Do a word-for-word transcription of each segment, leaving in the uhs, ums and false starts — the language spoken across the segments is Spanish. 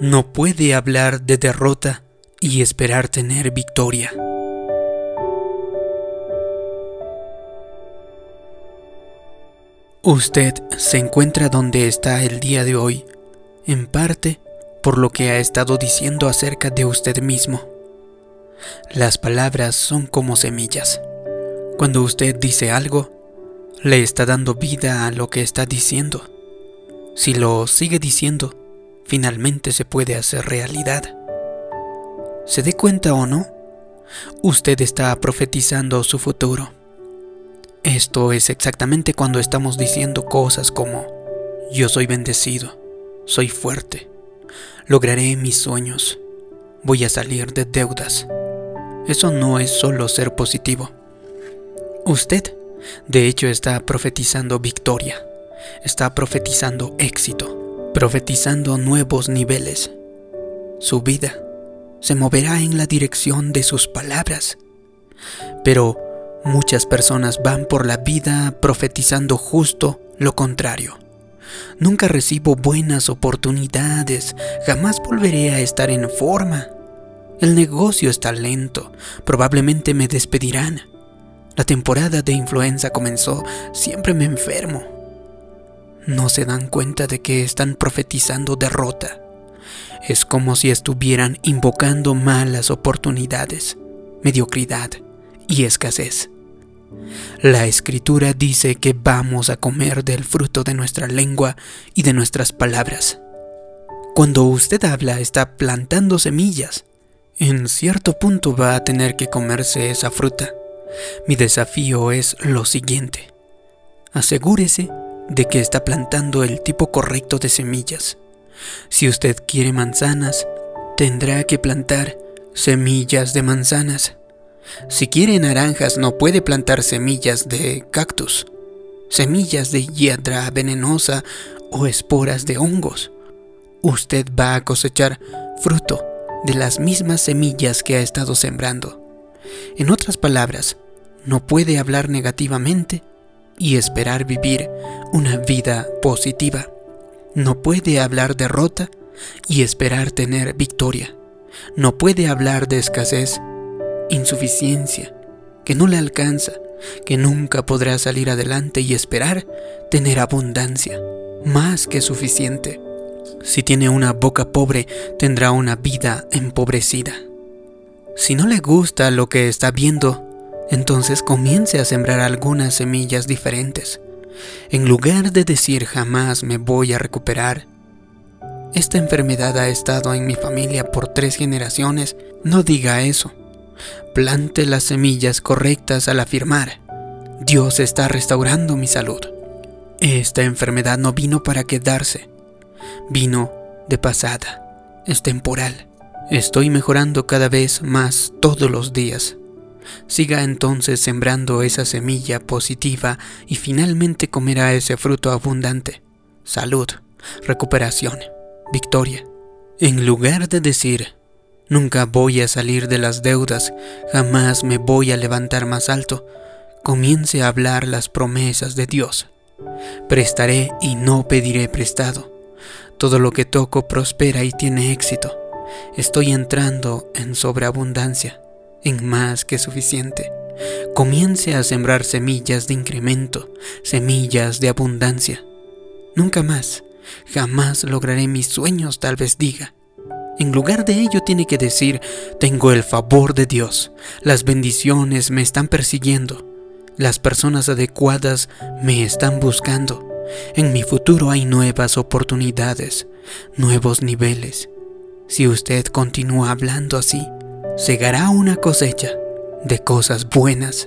No puede hablar de derrota y esperar tener victoria. Usted se encuentra donde está el día de hoy, en parte por lo que ha estado diciendo acerca de usted mismo. Las palabras son como semillas. Cuando usted dice algo, le está dando vida a lo que está diciendo. Si lo sigue diciendo, finalmente se puede hacer realidad. ¿Se dé cuenta o no? Usted está profetizando su futuro. Esto es exactamente cuando estamos diciendo cosas como: yo soy bendecido, soy fuerte, lograré mis sueños, voy a salir de deudas. Eso no es solo ser positivo. Usted, de hecho, está profetizando victoria, está profetizando éxito, profetizando nuevos niveles. Su vida se moverá en la dirección de sus palabras. Pero muchas personas van por la vida profetizando justo lo contrario. Nunca recibo buenas oportunidades, jamás volveré a estar en forma. El negocio está lento, probablemente me despedirán. La temporada de influenza comenzó, siempre me enfermo. No se dan cuenta de que están profetizando derrota. Es como si estuvieran invocando malas oportunidades, mediocridad y escasez. La Escritura dice que vamos a comer del fruto de nuestra lengua y de nuestras palabras. Cuando usted habla, está plantando semillas. En cierto punto va a tener que comerse esa fruta. Mi desafío es lo siguiente: asegúrese de que está plantando el tipo correcto de semillas. Si usted quiere manzanas, tendrá que plantar semillas de manzanas. Si quiere naranjas, no puede plantar semillas de cactus, semillas de hiedra venenosa o esporas de hongos. Usted va a cosechar fruto de las mismas semillas que ha estado sembrando. En otras palabras, no puede hablar negativamente y esperar vivir una vida positiva. No puede hablar derrota y esperar tener victoria. No puede hablar de escasez, insuficiencia, que no le alcanza, que nunca podrá salir adelante y esperar tener abundancia, más que suficiente. Si tiene una boca pobre, tendrá una vida empobrecida. Si no le gusta lo que está viendo, entonces comience a sembrar algunas semillas diferentes. En lugar de decir jamás me voy a recuperar, esta enfermedad ha estado en mi familia por tres generaciones, no diga eso. Plante las semillas correctas al afirmar: Dios está restaurando mi salud. Esta enfermedad no vino para quedarse, vino de pasada, es temporal. Estoy mejorando cada vez más todos los días. Siga entonces sembrando esa semilla positiva y finalmente comerá ese fruto abundante: salud, recuperación, victoria. En lugar de decir nunca voy a salir de las deudas, jamás me voy a levantar más alto, comience a hablar las promesas de Dios. Prestaré y no pediré prestado. Todo lo que toco prospera y tiene éxito. Estoy entrando en sobreabundancia, en más que suficiente. Comience a sembrar semillas de incremento, semillas de abundancia. Nunca más, jamás lograré mis sueños, tal vez diga. En lugar de ello tiene que decir: tengo el favor de Dios, las bendiciones me están persiguiendo, las personas adecuadas me están buscando. En mi futuro hay nuevas oportunidades, nuevos niveles. Si usted continúa hablando así, segará una cosecha de cosas buenas.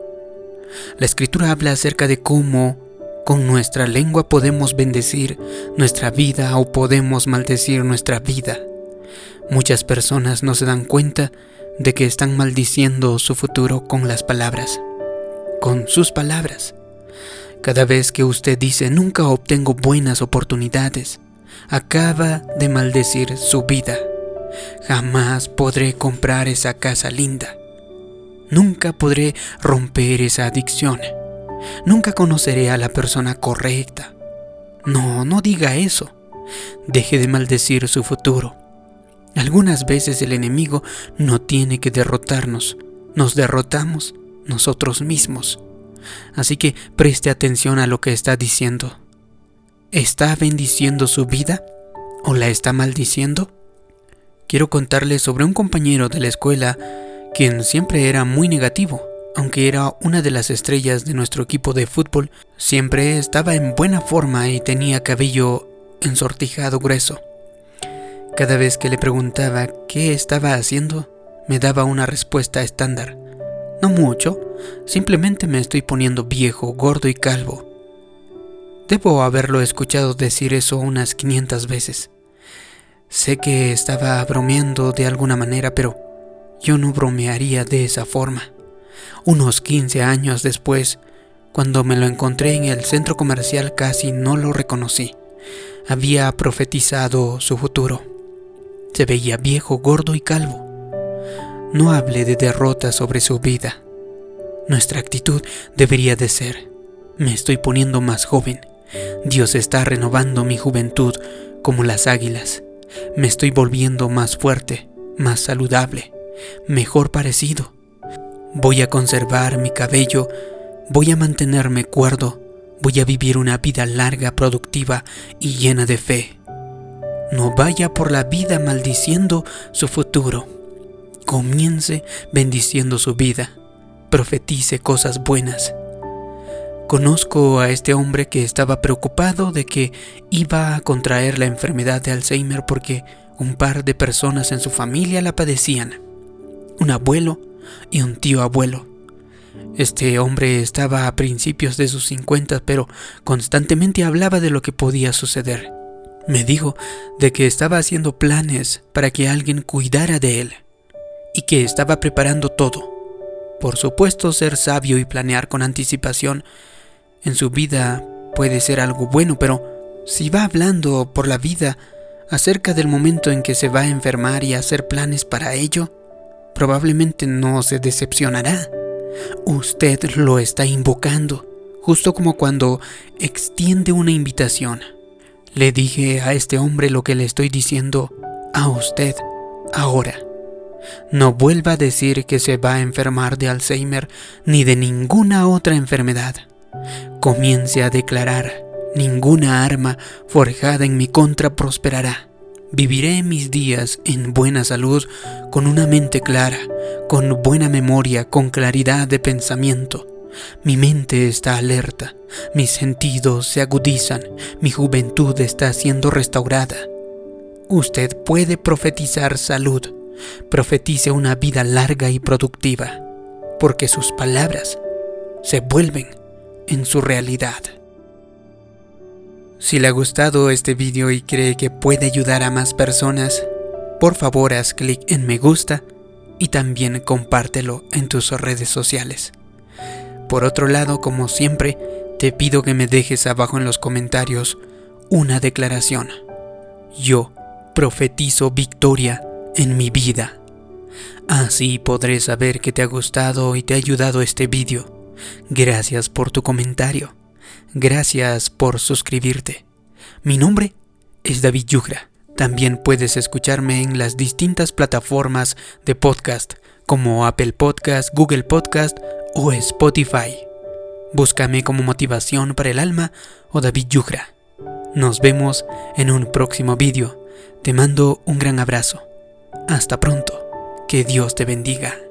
La Escritura habla acerca de cómo con nuestra lengua podemos bendecir nuestra vida o podemos maldecir nuestra vida. Muchas personas no se dan cuenta de que están maldiciendo su futuro con las palabras, con sus palabras. Cada vez que usted dice nunca obtengo buenas oportunidades, acaba de maldecir su vida. Jamás podré comprar esa casa linda. Nunca podré romper esa adicción. Nunca conoceré a la persona correcta. No, no diga eso. Deje de maldecir su futuro. Algunas veces el enemigo no tiene que derrotarnos, nos derrotamos nosotros mismos. Así que preste atención a lo que está diciendo. ¿Está bendiciendo su vida o la está maldiciendo? Quiero contarles sobre un compañero de la escuela quien siempre era muy negativo. Aunque era una de las estrellas de nuestro equipo de fútbol, siempre estaba en buena forma y tenía cabello ensortijado grueso. Cada vez que le preguntaba qué estaba haciendo, me daba una respuesta estándar. No mucho, simplemente me estoy poniendo viejo, gordo y calvo. Debo haberlo escuchado decir eso unas quinientas veces. Sé que estaba bromeando de alguna manera, pero yo no bromearía de esa forma. Unos quince años después, cuando me lo encontré en el centro comercial, casi no lo reconocí. Había profetizado su futuro. Se veía viejo, gordo y calvo. No hable de derrota sobre su vida. Nuestra actitud debería de ser: me estoy poniendo más joven. Dios está renovando mi juventud como las águilas. Me estoy volviendo más fuerte, más saludable, mejor parecido. Voy a conservar mi cabello, voy a mantenerme cuerdo, voy a vivir una vida larga, productiva y llena de fe. No vaya por la vida maldiciendo su futuro. Comience bendiciendo su vida. Profetice cosas buenas. Conozco a este hombre que estaba preocupado de que iba a contraer la enfermedad de Alzheimer porque un par de personas en su familia la padecían. Un abuelo y un tío abuelo. Este hombre estaba a principios de sus cincuenta, pero constantemente hablaba de lo que podía suceder. Me dijo de que estaba haciendo planes para que alguien cuidara de él y que estaba preparando todo. Por supuesto, ser sabio y planear con anticipación en su vida puede ser algo bueno, pero si va hablando por la vida acerca del momento en que se va a enfermar y hacer planes para ello, probablemente no se decepcionará. Usted lo está invocando, justo como cuando extiende una invitación. Le dije a este hombre lo que le estoy diciendo a usted ahora. No vuelva a decir que se va a enfermar de Alzheimer ni de ninguna otra enfermedad. Comience a declarar: ninguna arma forjada en mi contra prosperará. Viviré mis días en buena salud, con una mente clara, con buena memoria, con claridad de pensamiento. Mi mente está alerta, mis sentidos se agudizan, mi juventud está siendo restaurada. Usted puede profetizar salud. Profetice una vida larga y productiva, porque sus palabras se vuelven en su realidad. Si le ha gustado este video y cree que puede ayudar a más personas, por favor haz clic en me gusta y también compártelo en tus redes sociales. Por otro lado, como siempre, te pido que me dejes abajo en los comentarios una declaración. Yo profetizo victoria en mi vida. Así podré saber que te ha gustado y te ha ayudado este video. Gracias por tu comentario. Gracias por suscribirte. Mi nombre es David Yugra. También puedes escucharme en las distintas plataformas de podcast como Apple Podcast, Google Podcast o Spotify. Búscame como Motivación para el Alma o David Yugra. Nos vemos en un próximo video. Te mando un gran abrazo. Hasta pronto. Que Dios te bendiga.